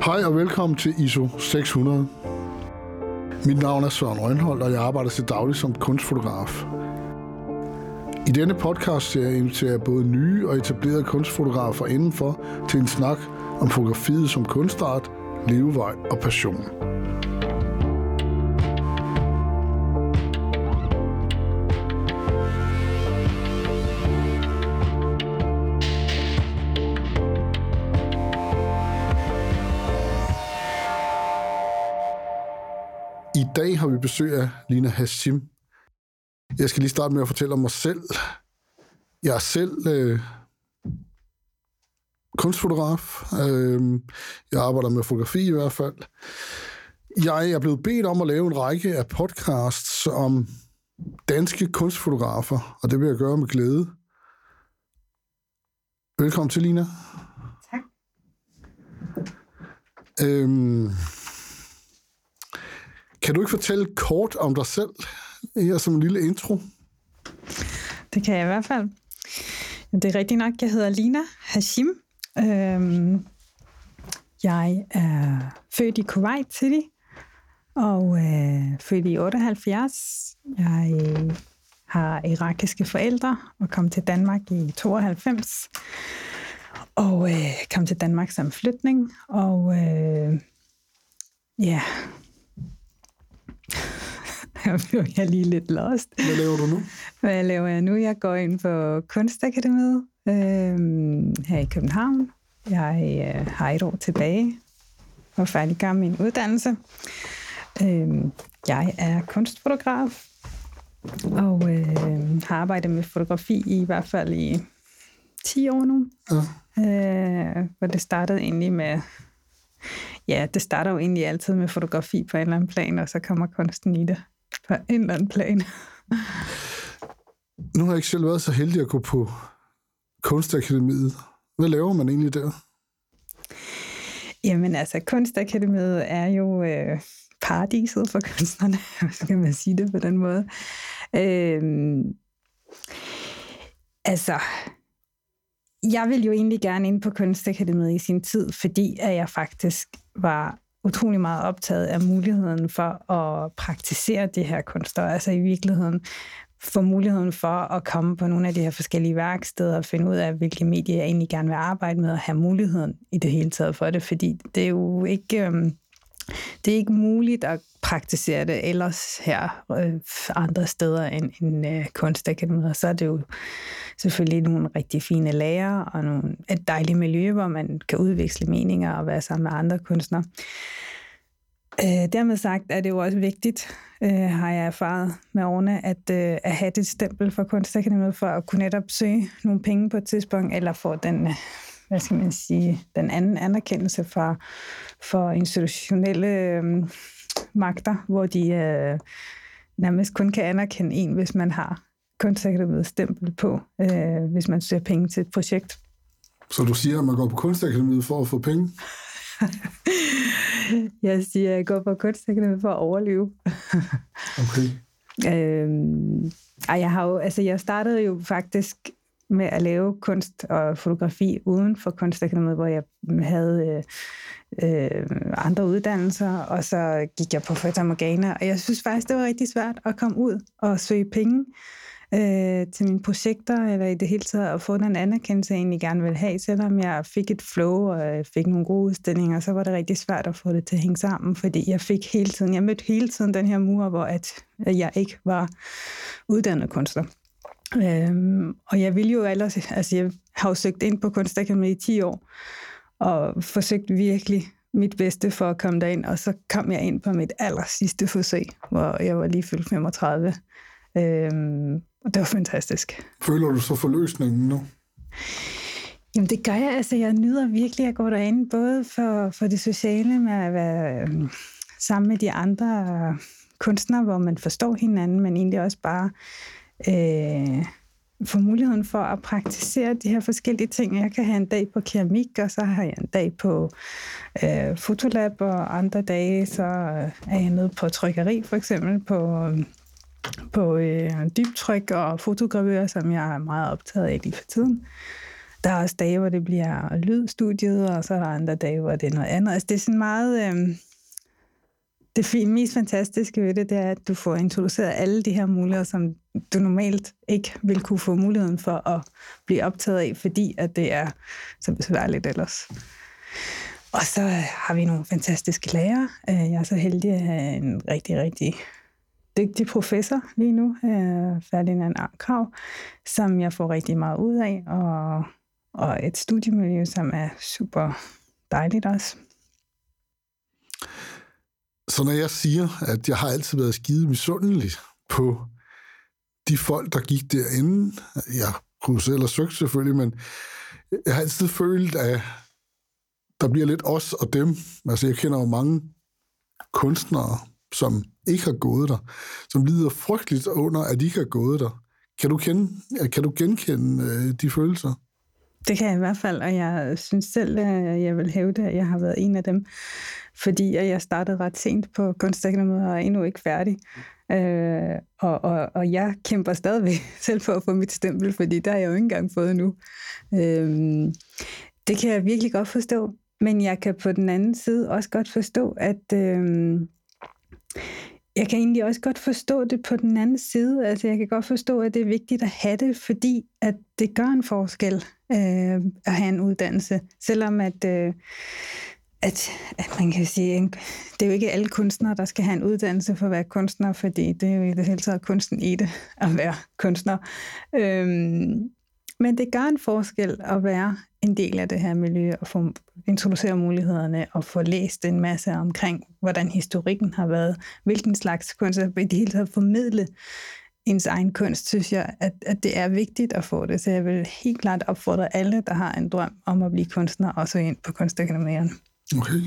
Hej og velkommen til ISO 600. Mit navn er Søren Rønholdt, og jeg arbejder til daglig som kunstfotograf. I denne podcast-serie inviterer jeg både nye og etablerede kunstfotografer indenfor til en snak om fotografiet som kunstart, levevej og passion. I dag har vi besøg af Lina Hashim. Jeg skal lige starte med at fortælle om mig selv. Jeg er selv kunstfotograf. Jeg arbejder med fotografi i hvert fald. Jeg er blevet bedt om at lave en række af podcasts om danske kunstfotografer, og det vil jeg gøre med glæde. Velkommen til, Lina. Tak. Kan du ikke fortælle kort om dig selv, her som en lille intro? Det kan jeg i hvert fald. Det er rigtigt nok, jeg hedder Lina Hashim. Jeg er født i Kuwait City, og født i 78. Jeg har irakiske forældre og kom til Danmark i 92. Og kom til Danmark som flytning, og ja... Jeg er lige lidt lost. Hvad laver du nu? Hvad laver jeg nu? Jeg går ind på Kunstakademiet her i København. Jeg har et år tilbage og færdiggør min uddannelse. Jeg er kunstfotograf og har arbejdet med fotografi i hvert fald i 10 år nu. Ja. Hvor det startede egentlig med... Ja, det starter jo egentlig altid med fotografi på en eller anden plan, og så kommer kunsten i det på en eller anden plan. Nu har jeg ikke selv været så heldig at gå på Kunstakademiet. Hvad laver man egentlig der? Jamen altså, Kunstakademiet er jo paradiset for kunstnerne, så kan man sige det på den måde. Altså... Jeg ville jo egentlig gerne ind på Kunstakademiet i sin tid, fordi at jeg faktisk var utrolig meget optaget af muligheden for at praktisere det her kunster. Altså i virkeligheden få muligheden for at komme på nogle af de her forskellige værksteder og finde ud af, hvilke medier jeg egentlig gerne vil arbejde med, og have muligheden i det hele taget for det, fordi det er jo ikke... Det er ikke muligt at praktisere det ellers her andre steder end Kunstakademiet. Så er det jo selvfølgelig nogle rigtig fine lærere og et dejligt miljø, hvor man kan udveksle meninger og være sammen med andre kunstnere. Dermed sagt er det jo også vigtigt, har jeg erfaret med årene, at have det stempel for Kunstakademiet for at kunne netop søge nogle penge på et tidspunkt, eller få den... hvad skal man sige, den anden anerkendelse for institutionelle magter, hvor de nærmest kun kan anerkende en, hvis man har Kunstakademiets stempel på, hvis man søger penge til et projekt. Så du siger, at man går på Kunstakademiet for at få penge? Jeg siger, at jeg går på Kunstakademiet for at overleve. Okay. Jeg startede jo faktisk med at lave kunst og fotografi uden for Kunstakademiet, hvor jeg havde andre uddannelser, og så gik jeg på Fata Morgana, og jeg synes faktisk, det var rigtig svært at komme ud og søge penge til mine projekter, eller i det hele taget at få den anerkendelse, jeg egentlig gerne ville have, selvom jeg fik et flow, og jeg fik nogle gode udstillinger, så var det rigtig svært at få det til at hænge sammen, fordi jeg mødte hele tiden den her mur, hvor at jeg ikke var uddannet kunstner. Og jeg ville jo ellers, altså jeg har jo søgt ind på Kunstakademiet i 10 år, og forsøgt virkelig mit bedste for at komme derind, og så kom jeg ind på mit aller sidste forsøg, hvor jeg var lige fyldt 35. Og det var fantastisk. Føler du så forløsningen nu? Jamen det gør jeg, altså jeg nyder virkelig at gå derind, både for det sociale med at være sammen med de andre kunstnere, hvor man forstår hinanden, men egentlig også bare få muligheden for at praktisere de her forskellige ting. Jeg kan have en dag på keramik, og så har jeg en dag på fotolab, og andre dage, så er jeg nede på trykkeri, for eksempel på dybtryk og fotogravør, som jeg er meget optaget af lige for tiden. Der er også dage, hvor det bliver lydstudiet, og så er der andre dage, hvor det er noget andet. Altså, det er sådan meget... Det mest fantastiske ved det er, at du får introduceret alle de her muligheder, som du normalt ikke vil kunne få muligheden for at blive optaget af, fordi at det er så besværligt ellers. Og så har vi nogle fantastiske lærere. Jeg er så heldig at have en rigtig, rigtig dygtig professor lige nu, Ferdinand Arnkrav, som jeg får rigtig meget ud af, og et studiemiljø, som er super dejligt også. Så når jeg siger, at jeg har altid været skide misundelig på de folk, der gik derinde, jeg kunne selv have søgt selvfølgelig, men jeg har altid følt, at der bliver lidt os og dem. Altså jeg kender jo mange kunstnere, som ikke har gået der, som lider frygteligt under, at de ikke har gået der. Kan du genkende de følelser? Det kan jeg i hvert fald, og jeg synes selv, at jeg vil hævde, at jeg har været en af dem, fordi jeg startede ret sent på Kunstakademiet og er endnu ikke færdig. Og jeg kæmper stadigvæk selv for at få mit stempel, fordi der har jeg jo ikke engang fået nu. Det kan jeg virkelig godt forstå, men jeg kan på den anden side også godt forstå, at jeg kan egentlig også godt forstå det på den anden side. Altså jeg kan godt forstå, at det er vigtigt at have det, fordi at det gør en forskel at have en uddannelse. Selvom at man kan sige, det er jo ikke alle kunstnere, der skal have en uddannelse for at være kunstner, fordi det er jo i det hele taget kunsten i det at være kunstner. Men det gør en forskel at være en del af det her miljø og få introducere mulighederne og få læst en masse omkring, hvordan historikken har været, hvilken slags kunst, i det hele taget formidle ens egen kunst, synes jeg, at det er vigtigt at få det. Så jeg vil helt klart opfordre alle, der har en drøm om at blive kunstner, også ind på Kunstakademierne. Okay.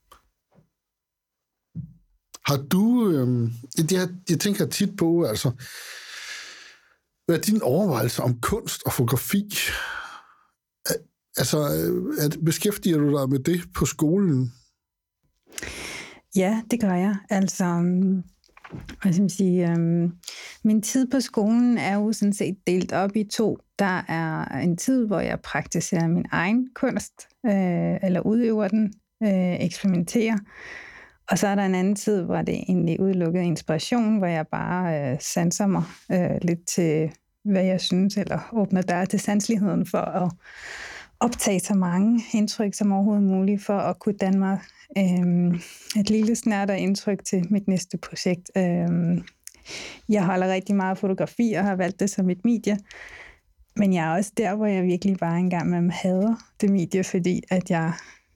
Har du, jeg tænker tit på, altså, hvad er din overvejelse om kunst og fotografi? Altså, beskæftiger du dig med det på skolen? Ja, det gør jeg. Altså, hvad skal man sige, min tid på skolen er jo sådan set delt op i to. Der er en tid, hvor jeg praktiserer min egen kunst, eller udøver den, eksperimenterer. Og så er der en anden tid, hvor det egentlig udelukket inspiration, hvor jeg bare sanser mig lidt til, hvad jeg synes, eller åbner dør til sanseligheden for at optage så mange indtryk som overhovedet muligt, for at kunne danne mig et lille snært af indtryk til mit næste projekt. Jeg holder rigtig meget fotografi og har valgt det som et medie, men jeg er også der, hvor jeg virkelig bare engang med hader det medie, fordi at jeg,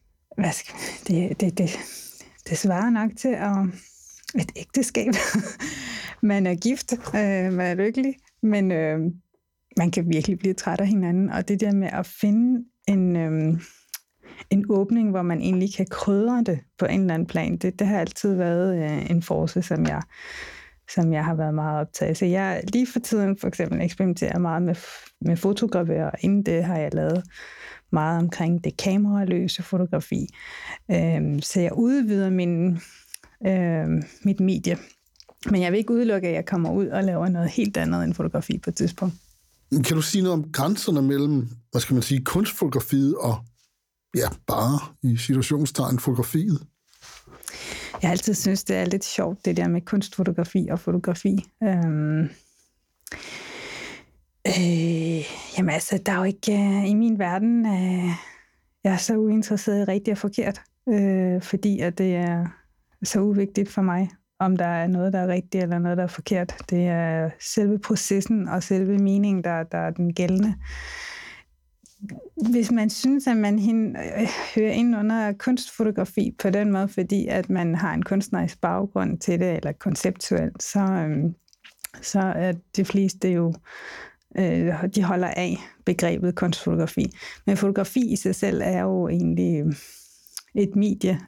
det svarer nok til et ægteskab. Man er gift, man er lykkelig, men man kan virkelig blive træt af hinanden, og det der med at finde en åbning, hvor man egentlig kan krydre det på en eller anden plan, det har altid været en force, som jeg har været meget optaget. Så jeg lige for tiden for eksempel eksperimenterer meget med fotografier, og inden det har jeg lavet meget omkring det kameraløse fotografi. Så jeg udvider mit medie. Men jeg vil ikke udelukke, at jeg kommer ud og laver noget helt andet end fotografi på et tidspunkt. Kan du sige noget om grænserne mellem, hvad skal man sige, kunstfotografiet og, ja, bare i situationstegn fotografiet? Jeg har altid synes, det er lidt sjovt, det der med kunstfotografi og fotografi. Jamen altså, der er jo ikke i min verden, jeg er så uinteresseret i rigtigt og forkert, fordi at det er så uvigtigt for mig, om der er noget, der er rigtigt eller noget, der er forkert. Det er selve processen og selve meningen, der er den gældende. Hvis man synes, at man hører ind under kunstfotografi på den måde, fordi at man har en kunstnerisk baggrund til det, eller konceptuelt, så er de fleste jo, de holder af begrebet kunstfotografi. Men fotografi i sig selv er jo egentlig et medie,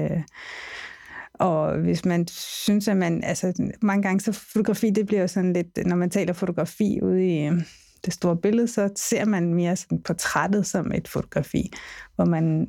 og hvis man synes, at man, altså mange gange så fotografi, det bliver jo sådan lidt, når man taler fotografi ude i det store billede, så ser man mere sådan portrættet som et fotografi, hvor man,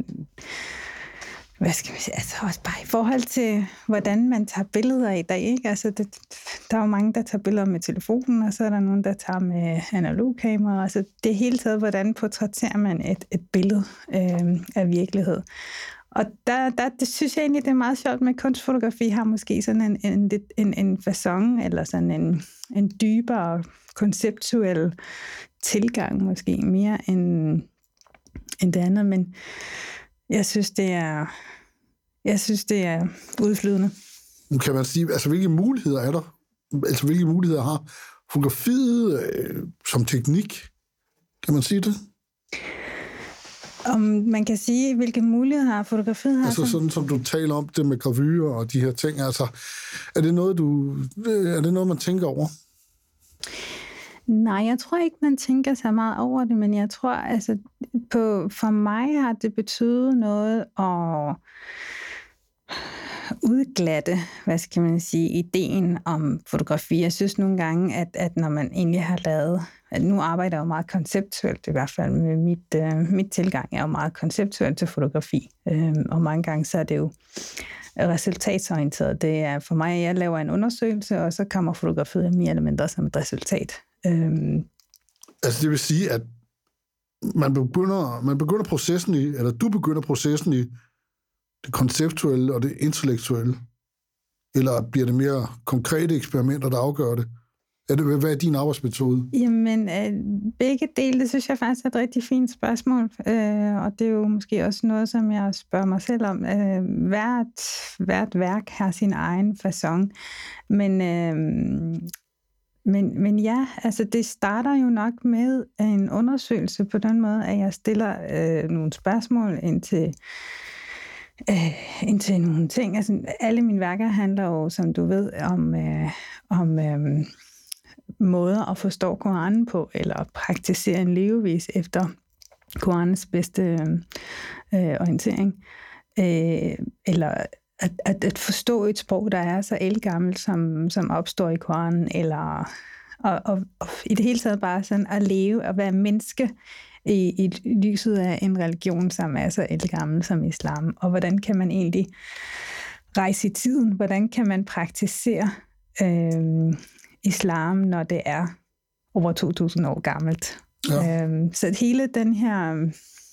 hvad skal man sige, altså også bare i forhold til, hvordan man tager billeder i dag, ikke? Altså der er jo mange, der tager billeder med telefonen, og så er der nogen, der tager med analogkamera. Altså det hele taget, hvordan portrætterer man et billede af virkelighed. Og det synes jeg egentlig, det er meget sjovt med kunstfotografi, har måske sådan en facon, eller sådan en dybere konceptuel tilgang, måske mere end det andet, men jeg synes, det er udflydende. Kan man sige, altså hvilke muligheder er der? Altså hvilke muligheder har fotografiet som teknik? Kan man sige det? Om man kan sige, hvilke muligheder har fotografiet har? Altså sådan som du taler om det med gravyrer og de her ting, altså er det noget, man tænker over? Nej, jeg tror ikke, man tænker så meget over det, men jeg tror, altså for mig har det betydet noget at udglatte, hvad skal man sige, ideen om fotografi. Jeg synes nogle gange, at når man egentlig har lavet, at nu arbejder jeg jo meget konceptuelt, i hvert fald med mit tilgang er jo meget konceptuelt til fotografi, og mange gange så er det jo resultatsorienteret. Det er for mig, at jeg laver en undersøgelse, og så kommer fotografiet mere eller mindre som et resultat. Altså det vil sige, at man begynder processen i, eller du begynder processen i det konceptuelle og det intellektuelle? Eller bliver det mere konkrete eksperimenter, der afgør det? Hvad er din arbejdsmetode? Jamen, begge dele, det synes jeg faktisk er et rigtig fint spørgsmål. Og det er jo måske også noget, som jeg spørger mig selv om. Hvert værk har sin egen facon. Men ja, altså det starter jo nok med en undersøgelse på den måde, at jeg stiller nogle spørgsmål indtil nogle ting. Altså, alle mine værker handler jo, som du ved, om måder at forstå Koranen på, eller at praktisere en levevis efter Koranens bedste orientering. Eller at forstå et sprog, der er så ældgammelt, som opstår i Koranen, eller og i det hele taget bare sådan at leve og være menneske i lyset af en religion, som er så ældgammel som islam. Og hvordan kan man egentlig rejse i tiden? Hvordan kan man praktisere islam, når det er over 2000 år gammelt? Ja. Så hele den her...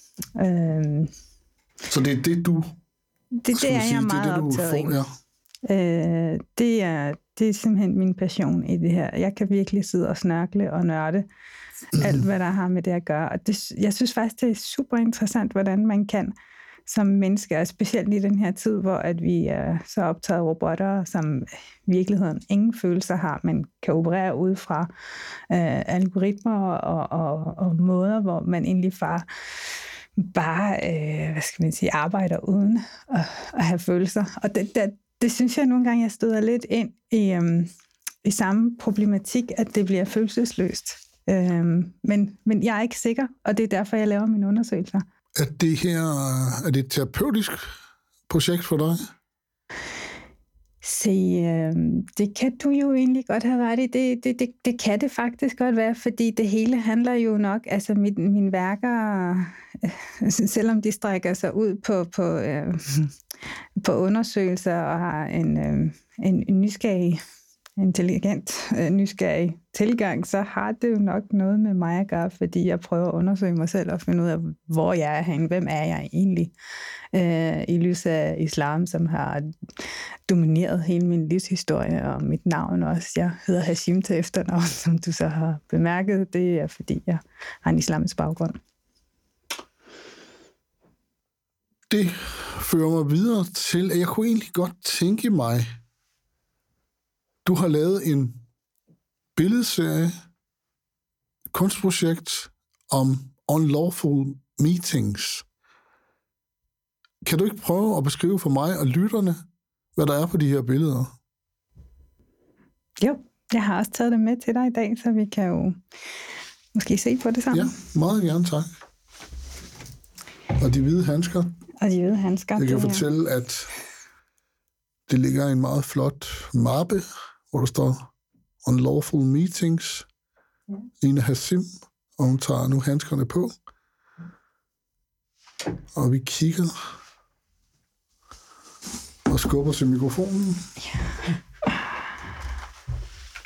Så det er det, du... Det er jeg meget optaget af. Det er simpelthen min passion i det her. Jeg kan virkelig sidde og snørkle og nørde alt, hvad der har med det at gøre. Og jeg synes faktisk, det er super interessant, hvordan man kan som mennesker, specielt i den her tid, hvor at vi er så optaget af robotter, som i virkeligheden ingen følelser har, men kan operere ud fra algoritmer og måder, hvor man egentlig bare hvad skal man sige, arbejder uden at have følelser. Og det synes jeg nogle gange, jeg støder lidt ind i samme problematik, at det bliver følelsesløst. Men jeg er ikke sikker, og det er derfor, jeg laver mine undersøgelser. Er det et terapeutisk projekt for dig? Se, det kan du jo egentlig godt have ret i. Det kan det faktisk godt være, fordi det hele handler jo nok, altså mine værker, selvom de strækker sig ud på undersøgelser og har en nysgerrig, intelligent, nysgerrig tilgang, så har det jo nok noget med mig at gøre, fordi jeg prøver at undersøge mig selv og finde ud af, hvor jeg er henne, hvem er jeg egentlig, i lyset af islam, som har domineret hele min livshistorie og mit navn også. Jeg hedder Hashim til efternavn, som du så har bemærket. Det er, fordi jeg har en islamisk baggrund. Det fører mig videre til, at jeg kunne egentlig godt tænke mig, du har lavet en billedserie, kunstprojekt om unlawful meetings. Kan du ikke prøve at beskrive for mig og lytterne, hvad der er på de her billeder? Jo, jeg har også taget det med til dig i dag, så vi kan jo måske se på det sammen. Ja, meget gerne, tak. Og de hvide handsker. Jeg kan fortælle, at det ligger i en meget flot mappe, hvor der står Unlawful Meetings. Lina Hashim, og hun tager nu handskerne på. Og vi kigger og skubber til mikrofonen.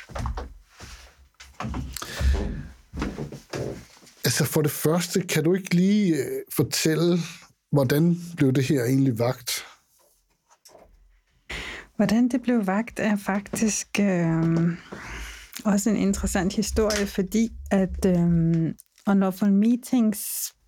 for det første, kan du ikke lige fortælle, hvordan blev det her egentlig vagt? Hvordan det blev vagt er faktisk også en interessant historie, fordi at unlawful meetings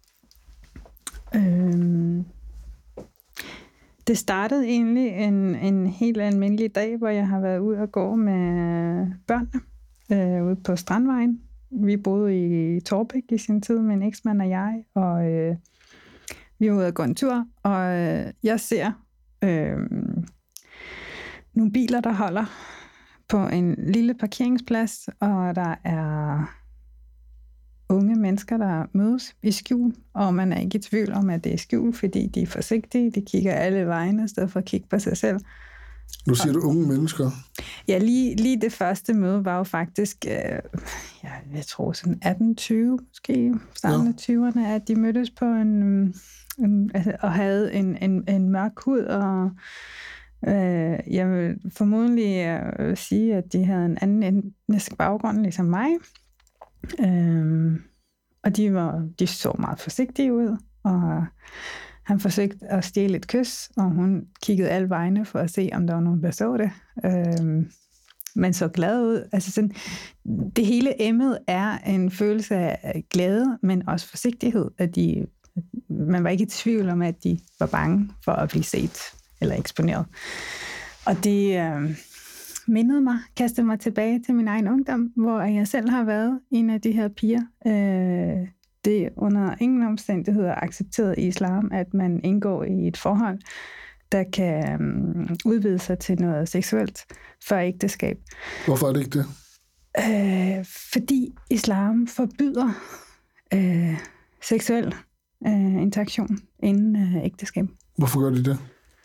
det startede egentlig en helt almindelig dag, hvor jeg har været ude og gå med børnene ude på Strandvejen. Vi boede i Torbæk i sin tid, min eksmand og jeg, og vi var ude og gå en tur, og jeg ser nogle biler, der holder på en lille parkeringsplads, og der er unge mennesker, der mødes i skjul, og man er ikke i tvivl om, at det er skjul, fordi de er forsigtige, de kigger alle vegne, i stedet for at kigge på sig selv. Nu siger du unge mennesker. Ja, lige det første møde var jo faktisk, jeg tror sådan 18-20, måske starten af 20'erne, at de mødtes på og havde en mørk hud, og jeg vil formodentlig sige, at de havde en anden etnisk baggrund, ligesom mig. Og de så meget forsigtige ud, og han forsøgte at stjæle et kys, og hun kiggede alle vegne for at se, om der var nogen, der så det. Men så glad ud. Altså sådan, det hele emnet er en følelse af glæde, men også forsigtighed. Man var ikke i tvivl om, at de var bange for at blive set eller eksponeret. Og det kastede mig tilbage til min egen ungdom, hvor jeg selv har været en af de her piger. Det er under ingen omstændigheder accepteret i islam, at man indgår i et forhold, der kan udvide sig til noget seksuelt før ægteskab. Hvorfor er det ikke det? Fordi islam forbyder seksuel interaktion inden ægteskab. Hvorfor gør de det?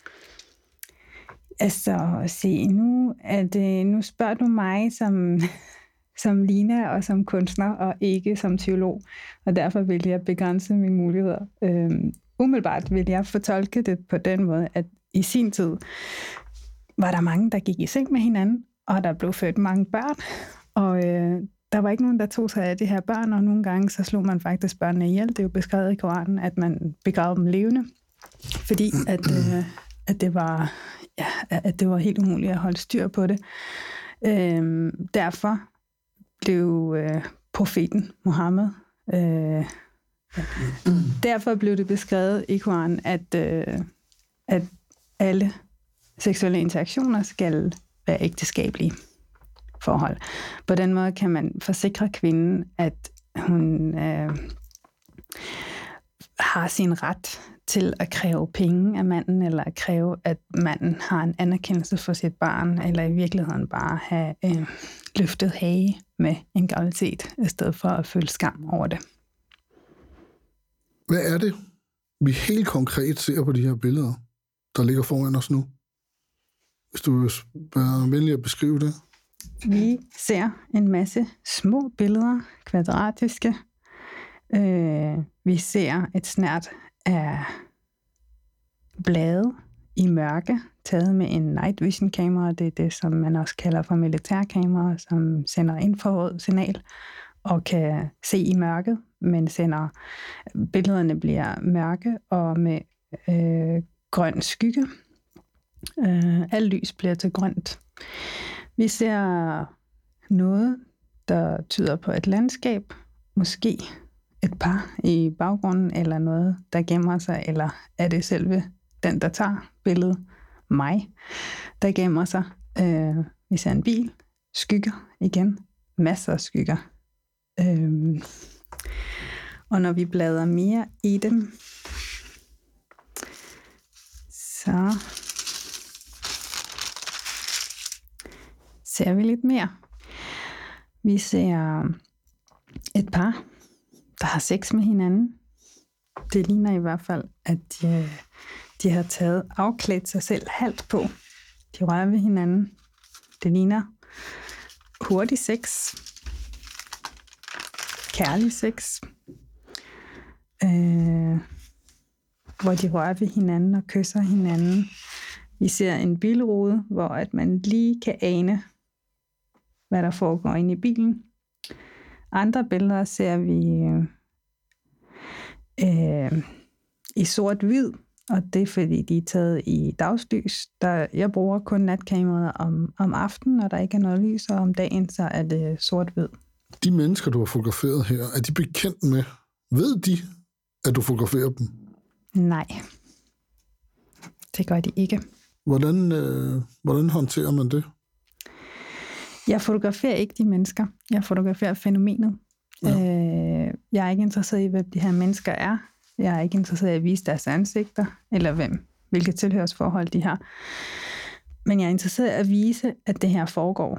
Altså, nu spørger du mig som Lina og som kunstner, og ikke som teolog. Og derfor vil jeg begrænse mine muligheder. Umiddelbart vil jeg fortolke det på den måde, at i sin tid var der mange, der gik i seng med hinanden, og der blev født mange børn. Og der var ikke nogen, der tog sig af de her børn, og nogle gange så slog man faktisk børnene ihjel. Det er jo beskrevet i Koranen, at man begravede dem levende, fordi at det var helt umuligt at holde styr på det. Derfor blev profeten Muhammed, derfor blev det beskrevet i Koranen, at alle seksuelle interaktioner skal være ægteskabelige forhold. På den måde kan man forsikre kvinden, at hun har sin ret til at kræve penge af manden, eller at kræve, at manden har en anerkendelse for sit barn, eller i virkeligheden bare have løftet hage med en graviditet, i stedet for at føle skam over det. Hvad er det, vi helt konkret ser på de her billeder, der ligger foran os nu? Hvis du vil være venlig at beskrive det. Vi ser en masse små billeder, kvadratiske. Vi ser et snært af blade i mørke, taget med en night vision kamera. Det er det, som man også kalder for militærkamera, som sender infrarød signal og kan se i mørket, men billederne bliver mørke og med grøn skygge. Alt lys bliver til grønt. Vi ser noget, der tyder på et landskab, måske et par i baggrunden, eller noget, der gemmer sig, eller er det selve den, der tager billedet, mig, der gemmer sig. Vi ser en bil, skygger igen, masser af skygger. Og når vi bladrer mere i dem, så ser vi lidt mere. Vi ser et par, der har sex med hinanden. Det ligner i hvert fald, at de har afklædt sig selv halvt på. De rører ved hinanden. Det ligner hurtig sex. Kærlig sex. Hvor de rører ved hinanden og kysser hinanden. Vi ser en bilrude, hvor at man lige kan ane, hvad der foregår inde i bilen. Andre billeder ser vi i sort-hvid, og det er fordi, de er taget i dagslys. Jeg bruger kun natkameraet om aftenen, når der ikke er noget lys, og om dagen, så er det sort-hvid. De mennesker, du har fotograferet her, er de bekendt med? Ved de, at du fotograferer dem? Nej, det gør de ikke. Hvordan håndterer man det? Jeg fotograferer ikke de mennesker. Jeg fotograferer fænomenet. Ja. Jeg er ikke interesseret i, hvem de her mennesker er. Jeg er ikke interesseret i at vise deres ansigter, eller hvilke tilhørsforhold de har. Men jeg er interesseret i at vise, at det her foregår.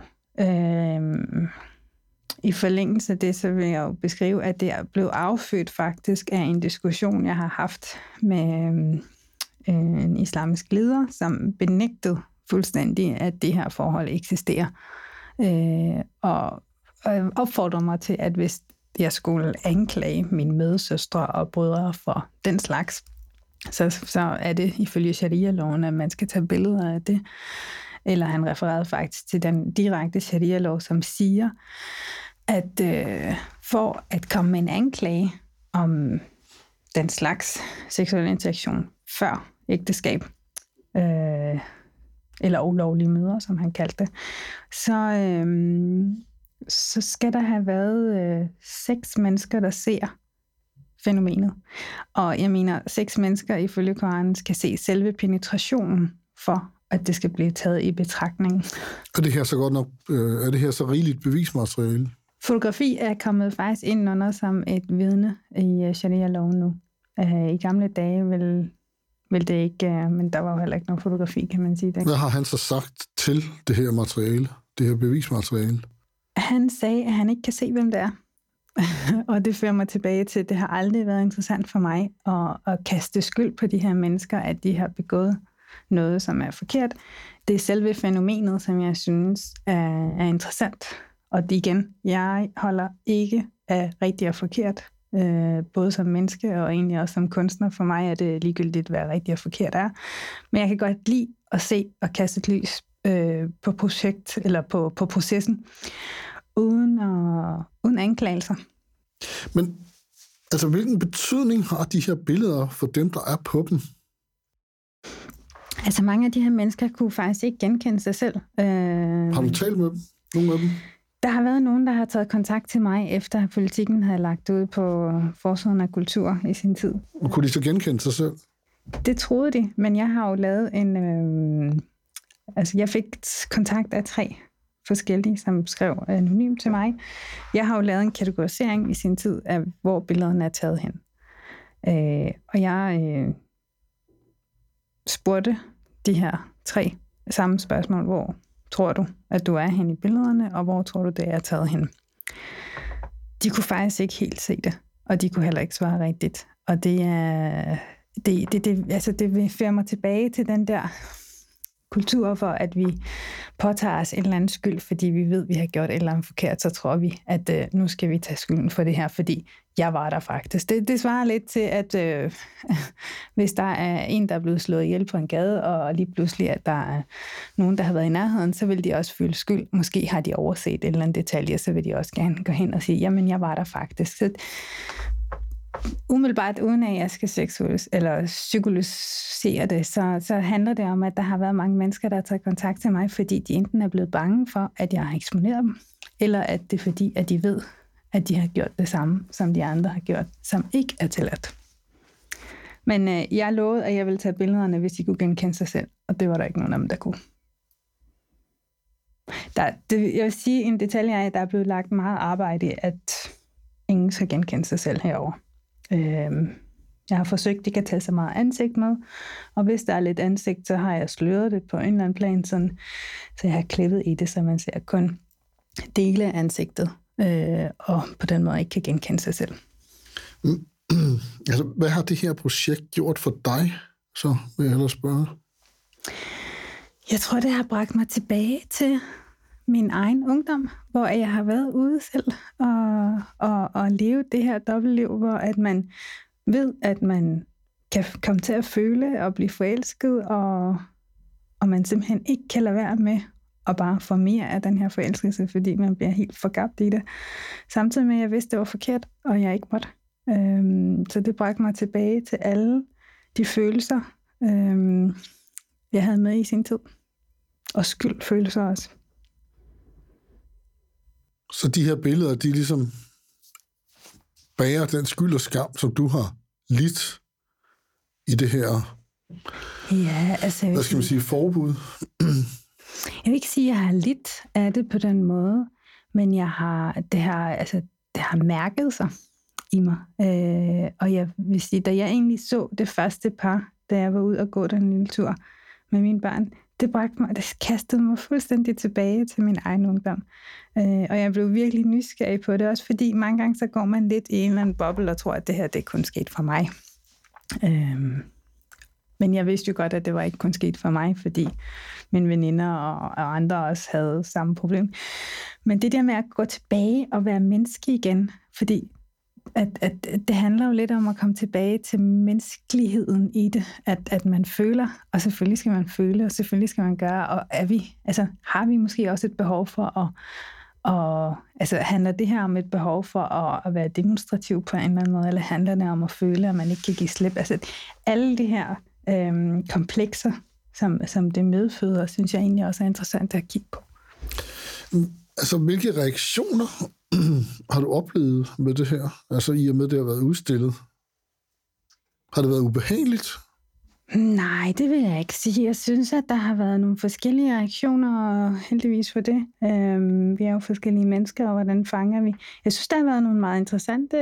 I forlængelse af det, så vil jeg jo beskrive, at det er blevet affødt faktisk af en diskussion, jeg har haft med en islamisk leder, som benægtede fuldstændig, at det her forhold eksisterer. Og opfordrer mig til, at hvis jeg skulle anklage mine medsøstre og brødre for den slags, så er det ifølge sharia-loven, at man skal tage billeder af det. Eller han refererede faktisk til den direkte sharia-lov, som siger, at for at komme med en anklage om den slags seksuel interaktion før ægteskab, eller ulovlige møder, som han kaldte det, så skal der have været 6 mennesker, der ser fænomenet. Og jeg mener, 6 mennesker ifølge Koranen skal se selve penetrationen for, at det skal blive taget i betragtning. Er det her så godt nok, er det her så rigeligt bevismateriale? Fotografi er kommet faktisk ind under som et vidne i sharia-loven nu. I gamle dage vil det ikke, men der var jo heller ikke nogen fotografi, kan man sige. Hvad har han så sagt til det her materiale, det her bevismateriale? Han sagde, at han ikke kan se, hvem det er. Og det fører mig tilbage til, at det har aldrig været interessant for mig at kaste skyld på de her mennesker, at de har begået noget, som er forkert. Det er selve fænomenet, som jeg synes er interessant. Og igen, jeg holder ikke af rigtigt og forkert, både som menneske og egentlig også som kunstner. For mig er det ligegyldigt, hvad rigtigt og forkert er. Men jeg kan godt lide at se og kaste et lys på projekt eller på processen, uden anklagelser. Men altså, hvilken betydning har de her billeder for dem, der er på dem? Altså, mange af de her mennesker kunne faktisk ikke genkende sig selv. Har du talt med dem? Nogle af dem? Der har været nogen, der har taget kontakt til mig, efter Politikken havde lagt ud på forsiden af kultur i sin tid. Og kunne de så genkende sig selv? Det troede de, men jeg har jo lavet jeg fik kontakt af 3 forskellige, som skrev anonymt til mig. Jeg har jo lavet en kategorisering i sin tid af, hvor billederne er taget hen. Og jeg spurgte de her 3 samme spørgsmål. Hvor tror du, at du er hen i billederne, og hvor tror du, det er taget hen? De kunne faktisk ikke helt se det, og de kunne heller ikke svare rigtigt. Og det vil føre mig tilbage til den der kultur for, at vi påtager os en eller anden skyld, fordi vi ved, at vi har gjort et eller andet forkert, så tror vi, at nu skal vi tage skylden for det her, fordi jeg var der faktisk. Det svarer lidt til, at hvis der er en, der er blevet slået ihjel på en gade, og lige pludselig, at der er nogen, der har været i nærheden, så vil de også føle skyld. Måske har de overset et eller andet detalje, så vil de også gerne gå hen og sige, jamen, jeg var der faktisk. Så umiddelbart, uden at jeg skal psykologisere det, så handler det om, at der har været mange mennesker, der har taget kontakt til mig, fordi de enten er blevet bange for, at jeg har eksponeret dem, eller at det er fordi, at de ved, at de har gjort det samme, som de andre har gjort, som ikke er tilladt. Men jeg lovede, at jeg ville tage billederne, hvis de kunne genkende sig selv, og det var der ikke nogen af dem, der kunne. Jeg vil sige, en detalje er, at der er blevet lagt meget arbejde i, at ingen skal genkende sig selv herover. Jeg har forsøgt ikke at tage så meget ansigt med, og hvis der er lidt ansigt, så har jeg sløret det på en eller anden plan, så jeg har klippet i det, så man ser kun dele af ansigtet, og på den måde ikke kan genkende sig selv. Altså, hvad har det her projekt gjort for dig, så vil jeg hellere spørge? Jeg tror, det har bragt mig tilbage til min egen ungdom, hvor jeg har været ude selv og leve det her dobbeltliv, hvor at man ved, at man kan komme til at føle og blive forelsket, og man simpelthen ikke kan lade være med at bare få mere af den her forelskelse, fordi man bliver helt forgabt i det. Samtidig med, at jeg vidste, det var forkert, og jeg ikke måtte. Så det bragte mig tilbage til alle de følelser, jeg havde med i sin tid. Og skyldfølelser også. Så de her billeder, de ligesom bærer den skyld og skam, som du har lidt i det her, ja, altså, hvad skal man sige, forbud? Jeg vil ikke sige, at jeg har lidt af det på den måde, men det har mærket sig i mig. Og jeg vil sige, da jeg egentlig så det første par, da jeg var ude og gå den lille tur med mine børn, det kastede mig fuldstændig tilbage til min egen ungdom. Og jeg blev virkelig nysgerrig på det, også fordi mange gange så går man lidt i en eller anden boble og tror, at det her, det er kun sket for mig. Men jeg vidste jo godt, at det var ikke kun sket for mig, fordi mine veninder og andre også havde samme problem. Men det der med at gå tilbage og være menneske igen, fordi at det handler jo lidt om at komme tilbage til menneskeligheden i det, at man føler, og selvfølgelig skal man føle, og selvfølgelig skal man gøre, og har vi måske også et behov for handler det her om et behov for at være demonstrativ på en eller anden måde, eller handler det om at føle, at man ikke kan give slip? Altså alle de her komplekser, som det medføder, synes jeg egentlig også er interessant at kigge på. Altså, hvilke reaktioner har du oplevet med det her? Altså, i og med, det har været udstillet. Har det været ubehageligt? Nej, det vil jeg ikke sige. Jeg synes, at der har været nogle forskellige reaktioner, og heldigvis for det. Vi er jo forskellige mennesker, og hvordan fanger vi? Jeg synes, der har været nogle meget interessante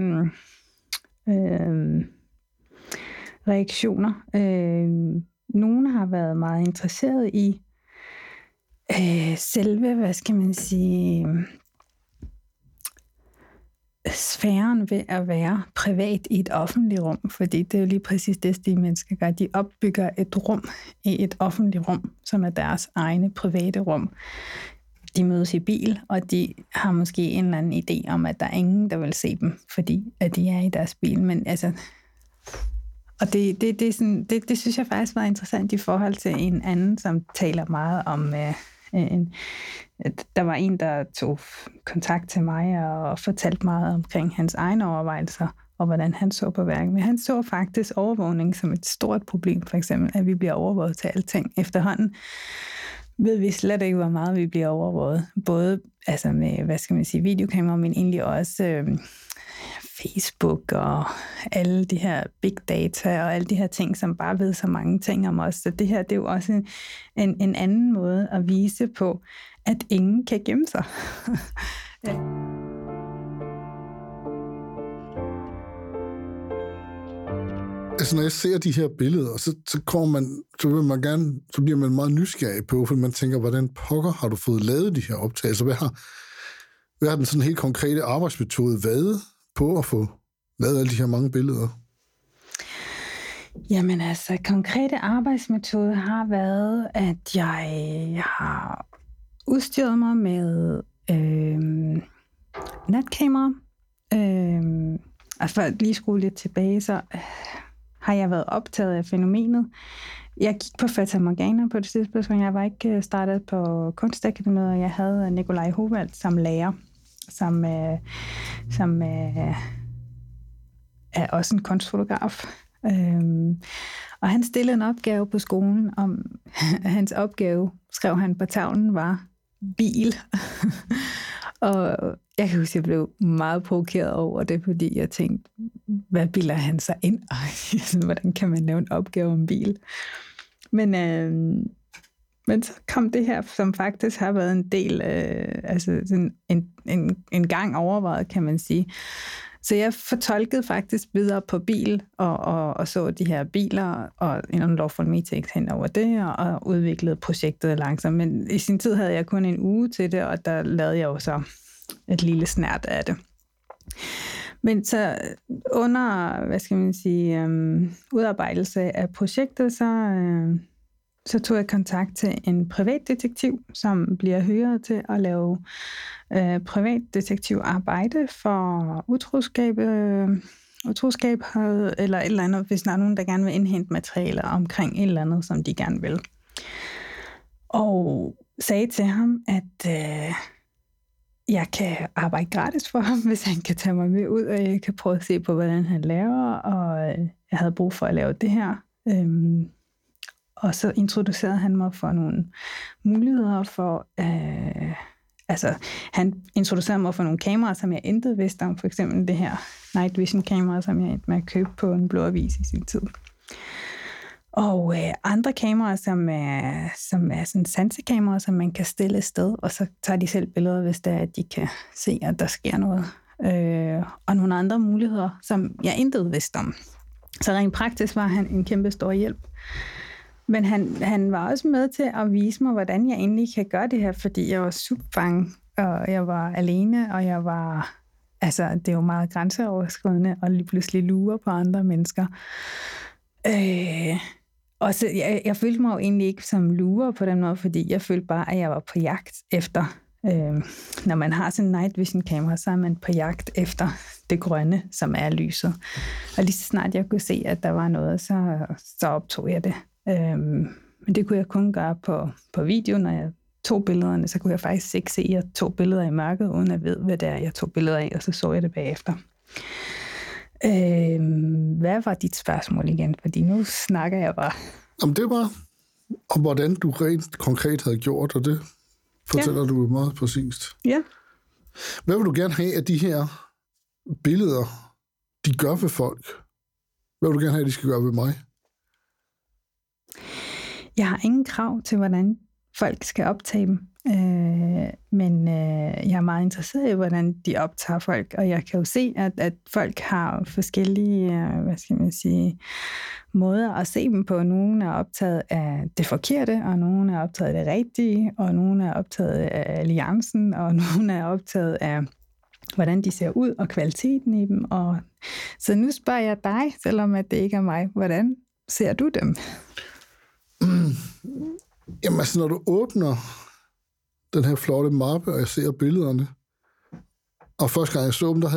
reaktioner. Nogle har været meget interesseret i selve, hvad skal man sige, sfæren ved at være privat i et offentligt rum, fordi det er jo lige præcis det, de mennesker gør. De opbygger et rum i et offentligt rum, som er deres egne private rum. De mødes i bil, og de har måske en eller anden idé om, at der er ingen, der vil se dem, fordi at de er i deres bil. Men altså, og det synes jeg faktisk var interessant i forhold til en anden, som taler meget om der var en, der tog kontakt til mig og fortalte meget omkring hans egne overvejelser og hvordan han så på værket. Men han så faktisk overvågning som et stort problem, for eksempel, at vi bliver overvåget til alting. Efterhånden ved vi slet ikke, hvor meget vi bliver overvåget. Både altså med, hvad skal man sige, videokamera, men egentlig også Facebook og alle de her big data og alle de her ting, som bare ved så mange ting om os. Så det her, det er jo også en anden måde at vise på, at ingen kan gemme sig. Ja. Altså, når jeg ser de her billeder, så bliver man meget nysgerrig på, for man tænker, hvordan pokker har du fået lavet de her optagelser? Hvad har den sådan helt konkrete arbejdsmetode været på at få lavet alle de her mange billeder? Jamen altså, konkrete arbejdsmetode har været, at jeg har udstyret mig med natkamera. Og for at lige skrue lidt tilbage, så har jeg været optaget af fænomenet. Jeg gik på Fata Morgana på det tidspunkt. Jeg var ikke startet på Kunstakademiet, og jeg havde Nikolaj Hovald som lærer, som er også en kunstfotograf. Og han stillede en opgave på skolen om, hans opgave, skrev han på tavlen, var bil. Og jeg kan huske, at jeg blev meget provokeret over det, fordi jeg tænkte, hvad bilder han sig ind? Hvordan kan man lave en opgave om bil? Men så kom det her, som faktisk har været en del, en gang overvejet, kan man sige. Så jeg fortolkede faktisk videre på bil, og så de her biler, og en Lawful Metex hen over det, og udviklede projektet langsomt. Men i sin tid havde jeg kun en uge til det, og der lavede jeg jo så et lille snært af det. Men så under, hvad skal man sige, udarbejdelse af projektet, så tog jeg kontakt til en privatdetektiv, som bliver hyret til at lave privatdetektivarbejde for utroskab eller et eller andet, hvis der er nogen, der gerne vil indhente materialer omkring et eller andet, som de gerne vil. Og sagde til ham, at jeg kan arbejde gratis for ham, hvis han kan tage mig med ud, og jeg kan prøve at se på, hvordan han laver, og jeg havde brug for at lave det her. Og så introducerede han mig for nogle muligheder for... han introducerede mig for nogle kameraer, som jeg intet vidste om. For eksempel det her Night Vision kamera, som jeg endte med at købe på en blå avis i sin tid. Og andre kameraer, som er sådan sansekameraer, som man kan stille et sted, og så tager de selv billeder, hvis det er, at de kan se, at der sker noget. Og nogle andre muligheder, som jeg intet vidste om. Så rent praktisk var han en kæmpe stor hjælp. Men han var også med til at vise mig, hvordan jeg egentlig kan gøre det her, fordi jeg var super bange, og jeg var alene, og jeg var... Altså, det er jo meget grænseoverskridende, og lige pludselig lure på andre mennesker. Og så, jeg følte mig jo egentlig ikke som lurer på den måde, fordi jeg følte bare, at jeg var på jagt efter... når man har sådan en night vision kamera, så er man på jagt efter det grønne, som er lyset. Og lige så snart jeg kunne se, at der var noget, så optog jeg det. Men det kunne jeg kun gøre på video. Når jeg tog billederne, så kunne jeg faktisk ikke se, at jeg tog billeder i mørket, uden at vide, hvad det er, jeg tog billeder af, og så jeg det bagefter. Hvad var dit spørgsmål igen? Fordi nu snakker jeg bare. Om det var, om hvordan du rent konkret havde gjort, og det fortæller du meget præcist. Ja. Hvad vil du gerne have, at de her billeder, de gør ved folk? Hvad vil du gerne have, at de skal gøre ved mig? Jeg har ingen krav til, hvordan folk skal optage dem. Men jeg er meget interesseret i, hvordan de optager folk. Og jeg kan jo se, at folk har forskellige, måder at se dem på. Nogle er optaget af det forkerte, og nogle er optaget af det rigtige, og nogle er optaget af alliancen, og nogle er optaget af, hvordan de ser ud, og kvaliteten i dem. Så nu spørger jeg dig, selvom at det ikke er mig. Hvordan ser du dem? Jamen altså, når du åbner den her flotte mappe, og jeg ser billederne, og første gang jeg så dem,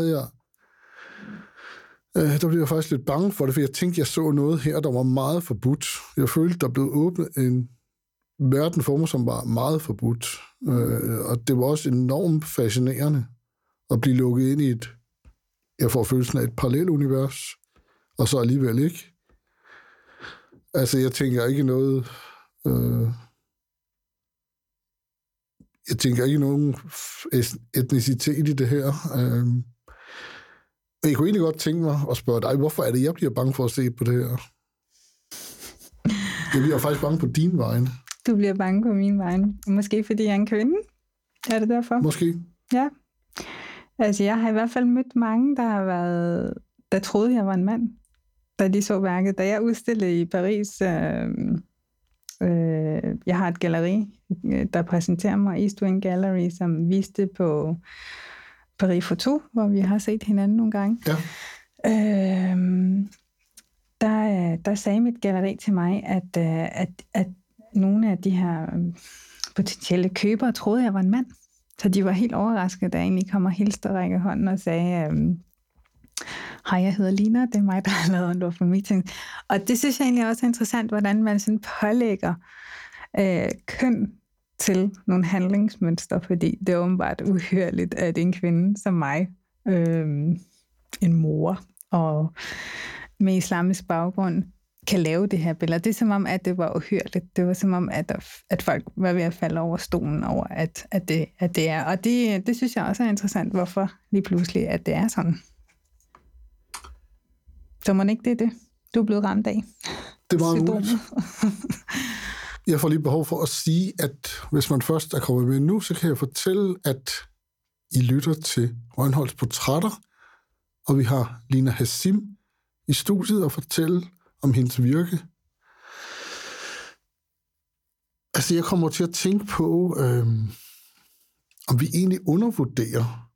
der blev jeg faktisk lidt bange for det, for jeg tænkte, jeg så noget her, der var meget forbudt. Jeg følte, der blev åbnet en verden for mig, som var meget forbudt. Og det var også enormt fascinerende at blive lukket ind i jeg får følelsen af et parallelunivers, og så alligevel ikke. Altså, jeg tænker ikke noget... Jeg tænker ikke nogen etnicitet i det her. Men jeg kunne egentlig godt tænke mig at spørge dig, hvorfor er det, jeg bliver bange for at se på det her? Jeg bliver faktisk bange på din vegne. Du bliver bange på min vegne. Måske fordi jeg er en kvinde? Er det derfor? Måske. Ja. Altså, jeg har i hvert fald mødt mange, der troede, jeg var en mand, da de så værket. Da jeg udstillede i Paris... jeg har et galleri, der præsenterer mig, East Wing Gallery, som viste på Paris Photo, hvor vi har set hinanden nogle gange. Ja. Der sagde mit galleri til mig, at nogle af de her potentielle købere troede, jeg var en mand. Så de var helt overraskede, da jeg egentlig kom og hilste og række hånden og sagde... Hej, jeg hedder Lina, det er mig, der har lavet en lov for meeting. Og det synes jeg egentlig også er interessant, hvordan man sådan pålægger køn til nogle handlingsmønstre, fordi det er åbenbart uhyrligt, at en kvinde som mig, en mor og med islamisk baggrund, kan lave det her billede. Det er som om, at det var uhyrligt. Det var som om, at folk var ved at falde over stolen over, at det er. Og det synes jeg også er interessant, hvorfor lige pludselig, at det er sådan. Så må ikke det, du er blevet ramt af? Det var muligt. Jeg får lige behov for at sige, at hvis man først er kommet med nu, så kan jeg fortælle, at I lytter til Rønholds Portrætter, og vi har Lina Hassim i studiet og fortælle om hendes virke. Altså, jeg kommer til at tænke på, om vi egentlig undervurderer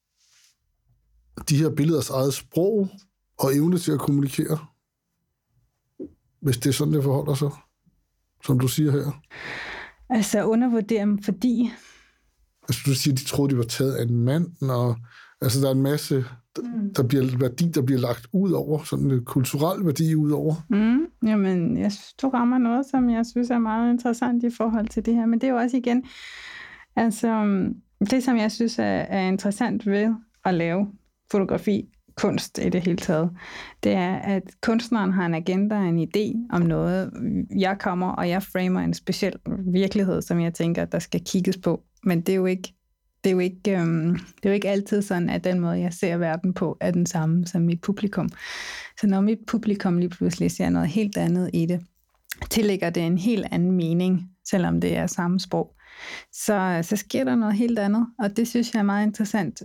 de her billeders eget sprog og evne til at kommunikere, hvis det er sådan, det forholder sig, som du siger her. Altså undervurdere dem, fordi... Altså du siger, de troede, de var taget af en mand, og altså der er en masse værdi, der bliver lagt ud over, sådan en kulturel værdi ud over. Jamen, jeg synes, du rammer noget, som jeg synes er meget interessant i forhold til det her, men det er jo også igen, altså Det, som jeg synes er interessant ved at lave fotografi, kunst i det hele taget, det er, at kunstneren har en agenda, en idé om noget. Jeg kommer, og jeg framer en speciel virkelighed, som jeg tænker, der skal kigges på. Men det er jo ikke altid sådan, at den måde, jeg ser verden på, er den samme som mit publikum. Så når mit publikum lige pludselig ser noget helt andet i det, tillægger det en helt anden mening, selvom det er samme sprog, så sker der noget helt andet, og det synes jeg er meget interessant.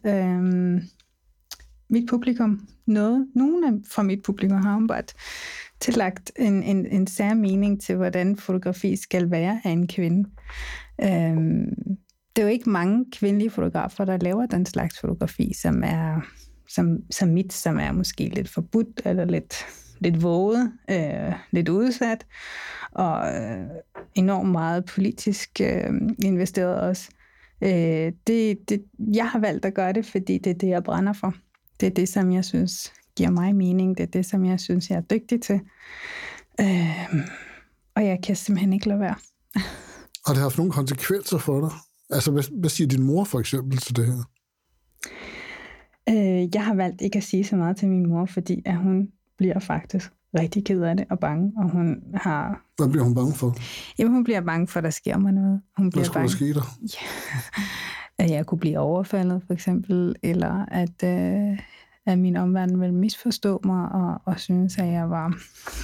Mit publikum, nogle fra mit publikum har åbenbart tillagt en sær mening til, hvordan fotografi skal være af en kvinde. Det er jo ikke mange kvindelige fotografer, der laver den slags fotografi, som er som er måske lidt forbudt, eller lidt våget, lidt udsat, og enormt meget politisk investeret også. Jeg har valgt at gøre det, fordi det er det, jeg brænder for. Det er det, som jeg synes giver mig mening. Det er det, som jeg synes, jeg er dygtig til. Og jeg kan simpelthen ikke lade være. Har det haft nogle konsekvenser for dig? Altså, hvad siger din mor for eksempel til det her? Jeg har valgt ikke at sige så meget til min mor, fordi at hun bliver faktisk rigtig ked af det og bange, og hun har... Hvad bliver hun bange for? Jamen, hun bliver bange for, at der sker mig noget. Hvad skulle der ske der? Ja. At jeg kunne blive overfaldet, for eksempel, eller at min omverden ville misforstå mig, og synes, at jeg var...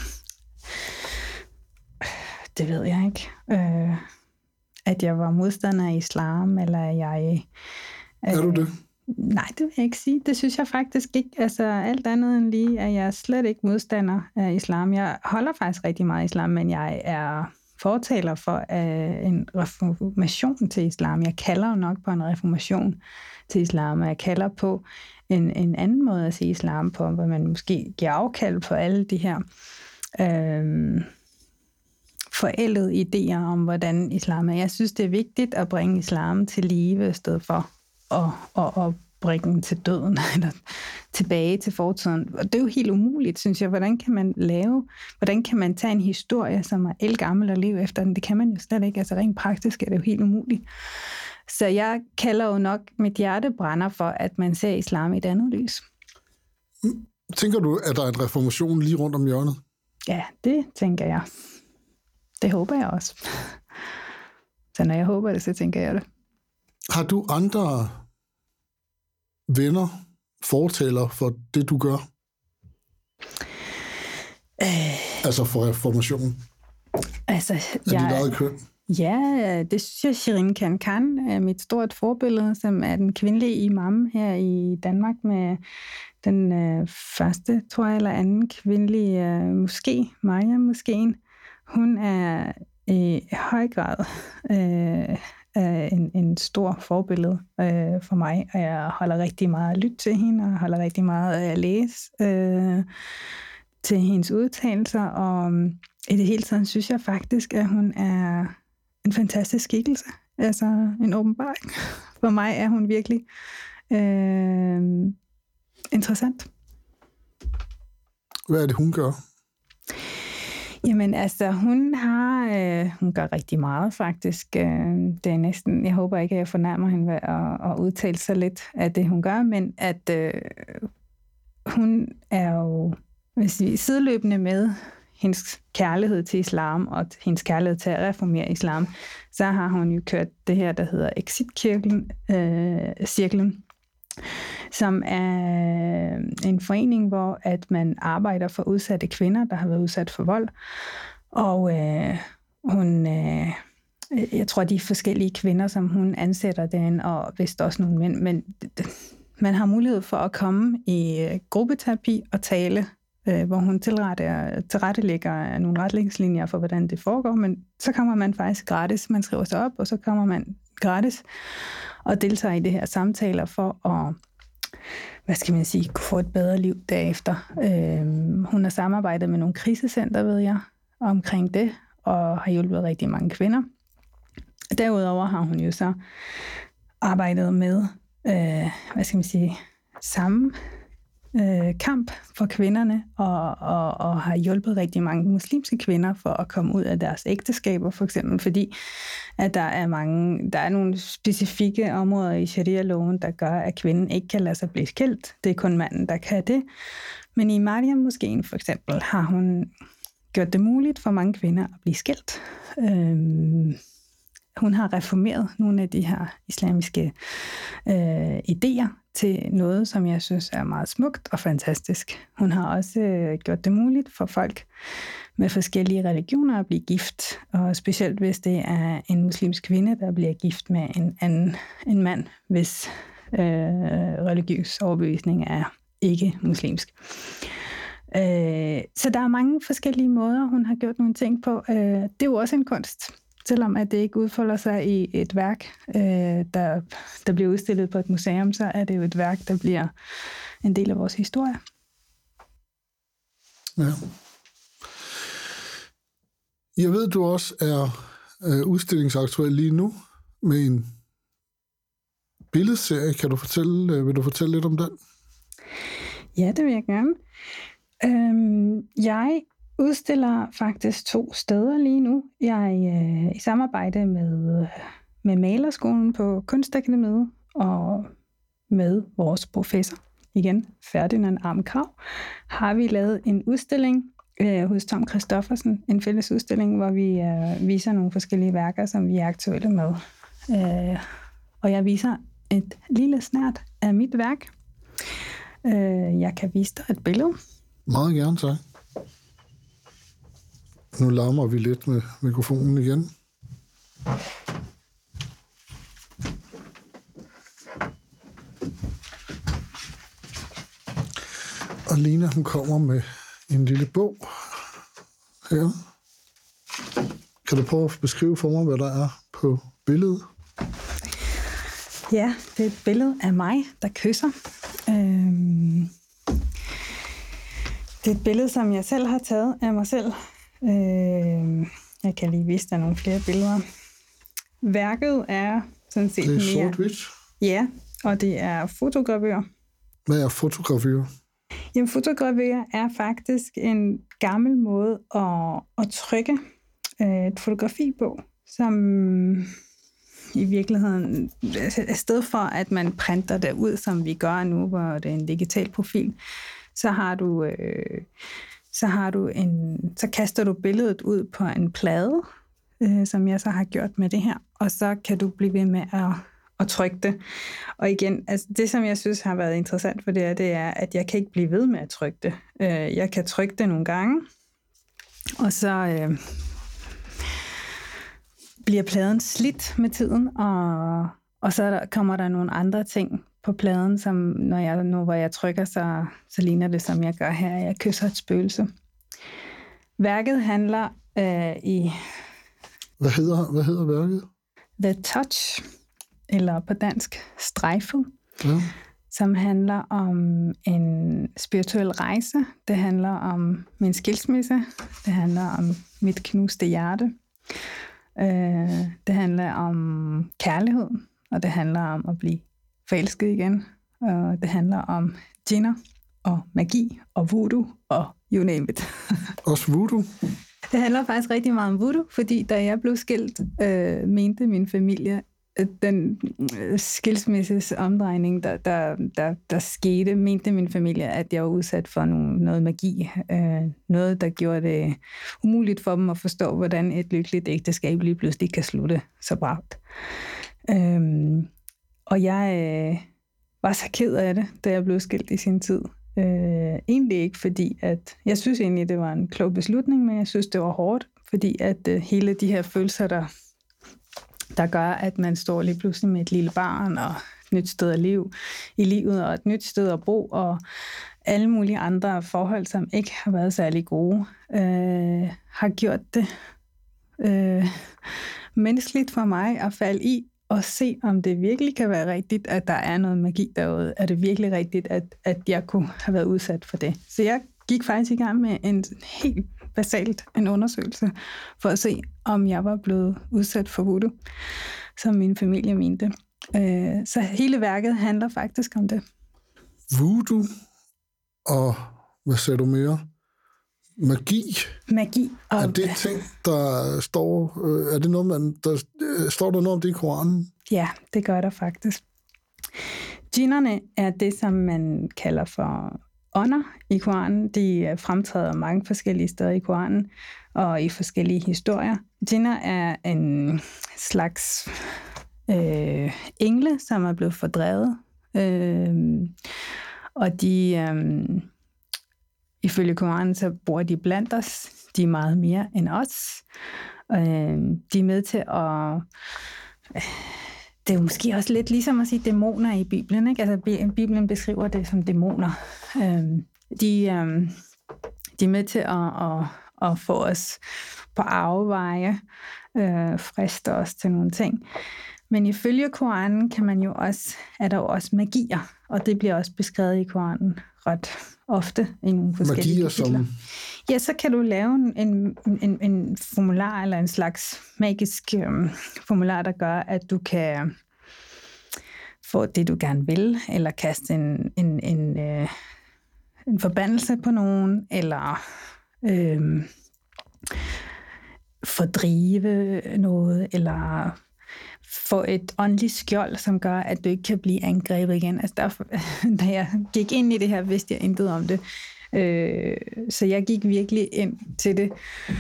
Det ved jeg ikke. At jeg var modstander af islam, eller at jeg... Er du det? Nej, det vil jeg ikke sige. Det synes jeg faktisk ikke. Altså, alt andet end lige, at jeg er slet ikke modstander af islam. Jeg holder faktisk rigtig meget af islam, men jeg er fortaler for en reformation til islam. Jeg kalder jo nok på en reformation til islam, og jeg kalder på en anden måde at se islam på, hvor man måske giver afkald på alle de her forældede idéer om, hvordan islam er. Jeg synes, det er vigtigt at bringe islam til live, i stedet for at bringe den til døden, eller tilbage til fortiden. Og det er jo helt umuligt, synes jeg. Hvordan kan man tage en historie, som er ældgammel og leve efter den? Det kan man jo slet ikke. Altså rent praktisk er det jo helt umuligt. Så jeg kalder jo nok, mit hjerte brænder for, at man ser islam i et andet lys. Tænker du, at der er en reformation lige rundt om hjørnet? Ja, det tænker jeg. Det håber jeg også. Så når jeg håber det, så tænker jeg det. Har du andre venner, fortalere for det, du gør? Altså for reformationen? Altså, dit eget køn? Ja, det synes jeg, Shirin Khan er mit stort forbillede, som er den kvindelige imam her i Danmark med den første, tror jeg, eller anden kvindelige moské, Maria-moskéen. Hun er i høj grad en stor forbillede for mig, og jeg holder rigtig meget at lytte til hende, og holder rigtig meget at læse til hendes udtalelser, og i det hele taget synes jeg faktisk, at hun er en fantastisk skikkelse, altså en åbenbaring. For mig er hun virkelig interessant. Hvad er det, hun gør? Jamen altså, hun gør rigtig meget faktisk. Det er næsten, jeg håber ikke, at jeg fornærmer hende ved at udtale sig lidt af det, hun gør, men at hun er jo sideløbende med hendes kærlighed til islam og hendes kærlighed til at reformere islam, så har hun jo kørt det her, der hedder Exit-cirklen, som er en forening, hvor at man arbejder for udsatte kvinder, der har været udsat for vold. Og jeg tror, de forskellige kvinder, som hun ansætter den, og vist også nogle mænd, men man har mulighed for at komme i gruppeterapi og tale, hvor hun tilrettelægger nogle retningslinjer for, hvordan det foregår, men så kommer man faktisk gratis. Man skriver sig op, og så kommer man gratis og deltager i det her samtaler for at, kunne få et bedre liv derefter. Hun har samarbejdet med nogle krisecenter, ved jeg, omkring det, og har hjulpet rigtig mange kvinder. Derudover har hun jo så arbejdet med, kamp for kvinderne, og har hjulpet rigtig mange muslimske kvinder for at komme ud af deres ægteskaber, for eksempel fordi, at der er nogle specifikke områder i sharia-loven, der gør, at kvinden ikke kan lade sig blive skilt. Det er kun manden, der kan det. Men i Mariam-moskeen for eksempel har hun gjort det muligt for mange kvinder at blive skilt. Hun har reformeret nogle af de her islamiske idéer til noget, som jeg synes er meget smukt og fantastisk. Hun har også gjort det muligt for folk med forskellige religioner at blive gift, og specielt hvis det er en muslimsk kvinde, der bliver gift med en mand, hvis religiøs overbevisning er ikke muslimsk. Så der er mange forskellige måder, hun har gjort nogle ting på. Det er jo også en kunst. Selvom at det ikke udfolder sig i et værk, der bliver udstillet på et museum, så er det jo et værk, der bliver en del af vores historie. Ja. Jeg ved, du også er udstillingsaktuel lige nu med en billedserie. Vil du fortælle lidt om den? Ja, det vil jeg gerne. Jeg udstiller faktisk 2 steder lige nu. Jeg er i samarbejde med Malerskolen på Kunstakademiet og med vores professor, igen Ferdinand Armkrav, har vi lavet en udstilling hos Tom Christoffersen, en fælles udstilling, hvor vi viser nogle forskellige værker, som vi er aktuelle med. Og jeg viser et lille snert af mit værk. Jeg kan vise dig et billede. Meget gerne, tak. Nu larmer vi lidt med mikrofonen igen. Og Lina, hun kommer med en lille bog her. Kan du prøve at beskrive for mig, hvad der er på billedet? Ja, det er et billede af mig, der kysser. Det er et billede, som jeg selv har taget af mig selv. Jeg kan lige vise dig nogle flere billeder. Værket er sådan set mere... Det er sort-hvidt? Ja, og det er fotogravør. Hvad er fotogravør? Jamen, fotogravør er faktisk en gammel måde at trykke et fotografi på, som i virkeligheden, i stedet for at man printer det ud, som vi gør nu, hvor det er en digital profil, så kaster du billedet ud på en plade, som jeg så har gjort med det her, og så kan du blive ved med at trykke det. Og igen, altså det, som jeg synes har været interessant for det er, at jeg kan ikke blive ved med at trykke det. Jeg kan trykke det nogle gange, og så bliver pladen slidt med tiden, og så kommer der nogle andre ting på pladen, som hvor jeg trykker, så ligner det, som jeg gør her. Jeg kysser et spøgelse. Værket handler i... Hvad hedder værket? The Touch, eller på dansk Strejfet, ja. Som handler om en spirituel rejse. Det handler om min skilsmisse. Det handler om mit knuste hjerte. Det handler om kærlighed, og det handler om at blive forelsket igen. Og det handler om djinner og magi og voodoo og you name it. Også voodoo? Det handler faktisk rigtig meget om voodoo, fordi da jeg blev skilt, mente min familie, den skilsmisses omdrejning, der skete, mente min familie, at jeg var udsat for noget magi. Noget, der gjorde det umuligt for dem at forstå, hvordan et lykkeligt ægteskab lige pludselig kan slutte så bragt. Og jeg var så ked af det, da jeg blev skilt i sin tid. Egentlig ikke, fordi at jeg synes egentlig, det var en klog beslutning, men jeg synes, det var hårdt, fordi at hele de her følelser, der gør, at man står lige pludselig med et lille barn og et nyt sted at leve i livet og et nyt sted at bo og alle mulige andre forhold, som ikke har været særlig gode, har gjort det menneskeligt for mig at falde i og se, om det virkelig kan være rigtigt, at der er noget magi derude. Er det virkelig rigtigt, at jeg kunne have været udsat for det? Så jeg gik faktisk i gang med en helt basalt en undersøgelse for at se, om jeg var blevet udsat for voodoo, som min familie mente. Så hele værket handler faktisk om det. Voodoo og hvad sagde du mere? Magi. Magi. Er det ting, der står... er det noget, står der noget om det i Koranen? Ja, det gør der faktisk. Djinnerne er det, som man kalder for ånder i Koranen. De fremtræder mange forskellige steder i Koranen og i forskellige historier. Djinner er en slags engle, som er blevet fordrevet. Og de, ifølge Koranen, så bor de blandt os. De er meget mere end os. De er med til at... Det er jo måske også lidt ligesom at sige dæmoner i Bibelen, ikke? Altså, Bibelen beskriver det som dæmoner. De er med til at få os på afveje, friste os til nogle ting. Men ifølge Koranen er der jo også magier, og det bliver også beskrevet i Koranen ret ofte i nogle forskellige magier kapitler. Ja, så kan du lave en formular eller en slags magisk formular, der gør, at du kan få det, du gerne vil, eller kaste en forbandelse på nogen, eller fordrive noget, eller få et åndeligt skjold, som gør, at du ikke kan blive angrebet igen. Altså da jeg gik ind i det her, vidste jeg intet om det. Så jeg gik virkelig ind til det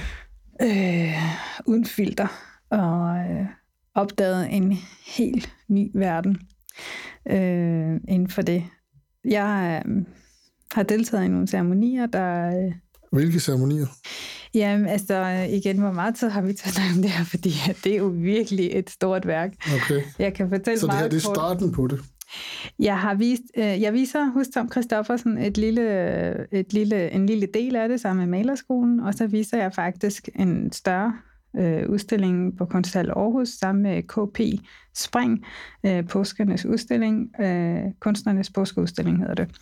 uden filter, og opdagede en helt ny verden inden for det. Jeg har deltaget i nogle ceremonier, der... Hvilke ceremonier? Jamen, altså igen, hvor meget tid har vi talt om det her, fordi det er jo virkelig et stort værk. Okay. Jeg kan fortælle så det her, det er starten på det? Jeg viser hos Tom Christoffersen en lille del af det sammen med Malerskolen, og så viser jeg faktisk en større udstilling på Kunsthal Aarhus sammen med KP Spring, påskernes udstilling, kunstnernes påskeudstilling hedder det.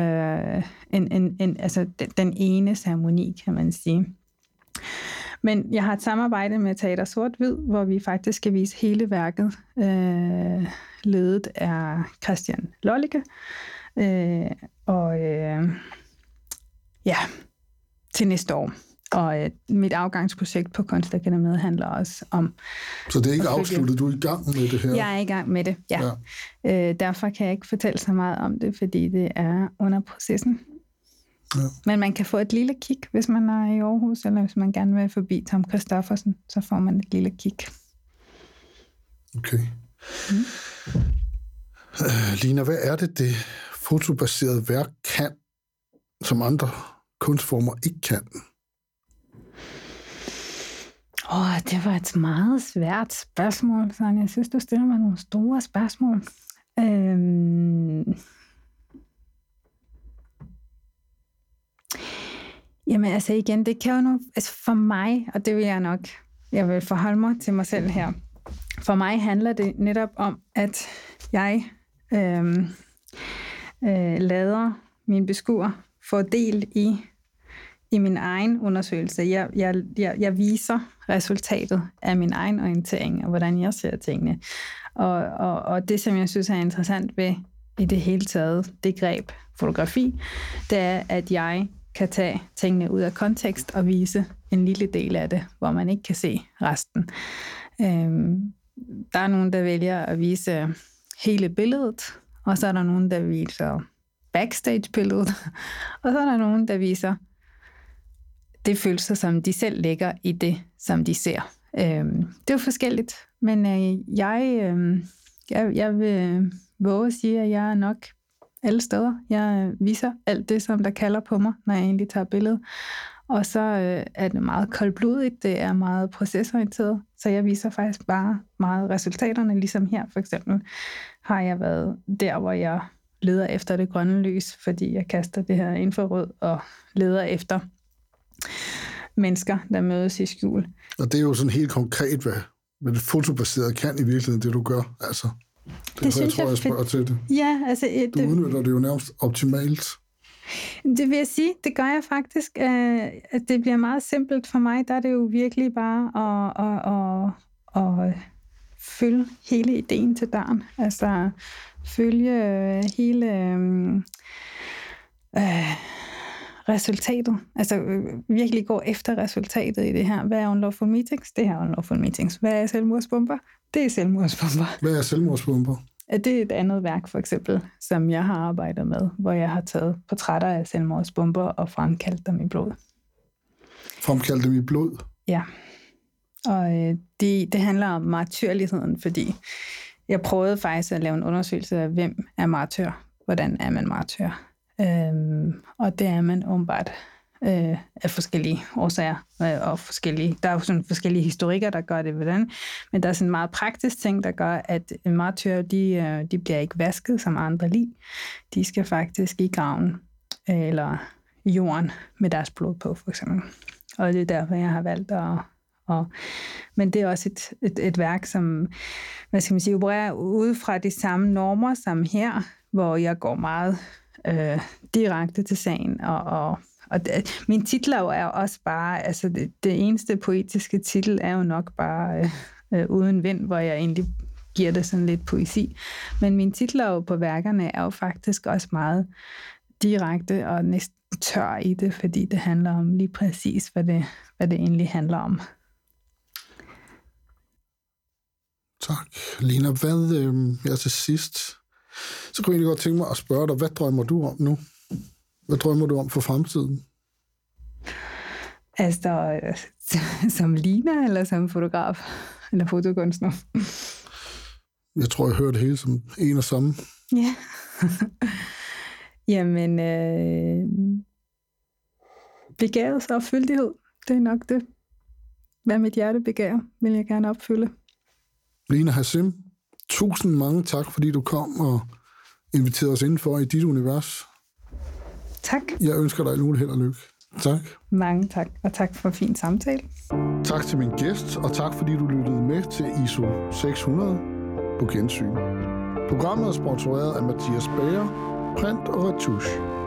Altså den ene ceremoni, kan man sige. Men jeg har et samarbejde med Teater Sort-Hvid, hvor vi faktisk skal vise hele værket. Ledet af Christian Lollicke. Til næste år. Og mit afgangsprojekt på Kunstakademiet handler også om... Så det er ikke afsluttet, du er i gang med det her? Jeg er i gang med det, ja. Derfor kan jeg ikke fortælle så meget om det, fordi det er under processen. Ja. Men man kan få et lille kig, hvis man er i Aarhus, eller hvis man gerne vil forbi Tom Christoffersen, så får man et lille kig. Okay. Lina, hvad er det fotobaserede værk kan, som andre kunstformer ikke kan? Det var et meget svært spørgsmål, så jeg synes, du stiller mig nogle store spørgsmål. Jamen altså igen, det kan jo nu, altså for mig, og det vil jeg vil forholde mig til mig selv her. For mig handler det netop om, at jeg lader min beskuer få del i min egen undersøgelse. Jeg viser resultatet af min egen orientering, og hvordan jeg ser tingene. Og det, som jeg synes er interessant ved i det hele taget, det greb fotografi, det er, at jeg kan tage tingene ud af kontekst og vise en lille del af det, hvor man ikke kan se resten. Der er nogen, der vælger at vise hele billedet, og så er der nogen, der viser backstage-billedet, og så er der nogen, der viser det følelser, som de selv lægger i det, som de ser. Det er jo forskelligt, men jeg vil våge at sige, at jeg er nok alle steder. Jeg viser alt det, som der kalder på mig, når jeg egentlig tager billedet. Og så er det meget koldblodigt, det er meget procesorienteret, så jeg viser faktisk bare meget resultaterne, ligesom her for eksempel har jeg været der, hvor jeg leder efter det grønne lys, fordi jeg kaster det her infrarød og leder efter mennesker, der mødes i skjul. Og det er jo sådan helt konkret, hvad det fotobaserede kan i virkeligheden, det du gør. Altså, det synes jeg spørger til det. Ja, altså... Du udnytter det jo nærmest optimalt. Det vil jeg sige, det gør jeg faktisk. At det bliver meget simpelt for mig. Der er det jo virkelig bare at følge hele ideen til døren. Altså følge hele resultatet. Altså virkelig gå efter resultatet i det her. Hvad er unlawful meetings? Det her er unlawful meetings. Hvad er selvmordsbomber? Det er selvmordsbomber. Hvad er selvmordsbomber? Det er et andet værk, for eksempel, som jeg har arbejdet med, hvor jeg har taget portrætter af selvmordsbomber og fremkaldt dem i blod. Fremkaldt dem i blod? Ja. Og det handler om martyrligheden, fordi jeg prøvede faktisk at lave en undersøgelse af, hvem er martyr? Hvordan er man martyr? Og det er man åbenbart af forskellige årsager og forskellige. Der er jo sådan forskellige historikker, der gør det hvordan, men der er sådan en meget praktisk ting, der gør, at martyrer, de bliver ikke vasket som andre lig. De skal faktisk i graven eller i jorden med deres blod på, for eksempel. Og det er derfor, jeg har valgt men det er også et værk, som, hvad skal man sige, opererer ude fra de samme normer som her, hvor jeg går meget direkte til sagen, og min titler er jo også bare, altså det eneste poetiske titel er jo nok bare Uden vind, hvor jeg egentlig giver det sådan lidt poesi. Men mine titler jo på værkerne er jo faktisk også meget direkte og næsten tør i det, fordi det handler om lige præcis, hvad det egentlig handler om. Tak. Lina, hvad til sidst? Så kunne jeg godt tænke mig at spørge dig, hvad drømmer du om nu? Hvad drømmer du om for fremtiden? Altså, som Lina, eller som fotograf, eller fotokunstner? Jeg tror, jeg hører det hele som en og samme. Ja. Jamen, begævelsesopfyldighed, det er nok det. Hvad mit hjerte begærer, vil jeg gerne opfylde. Lina Hassim, tusind mange tak, fordi du kom og inviterede os indenfor i dit univers. Tak. Jeg ønsker dig alt held og lykke. Tak. Mange tak, og tak for en fin samtale. Tak til min gæst, og tak fordi du lyttede med til ISO 600 på gensyn. Programmet er sponsoreret af Mathias Bager, Print og Retouche.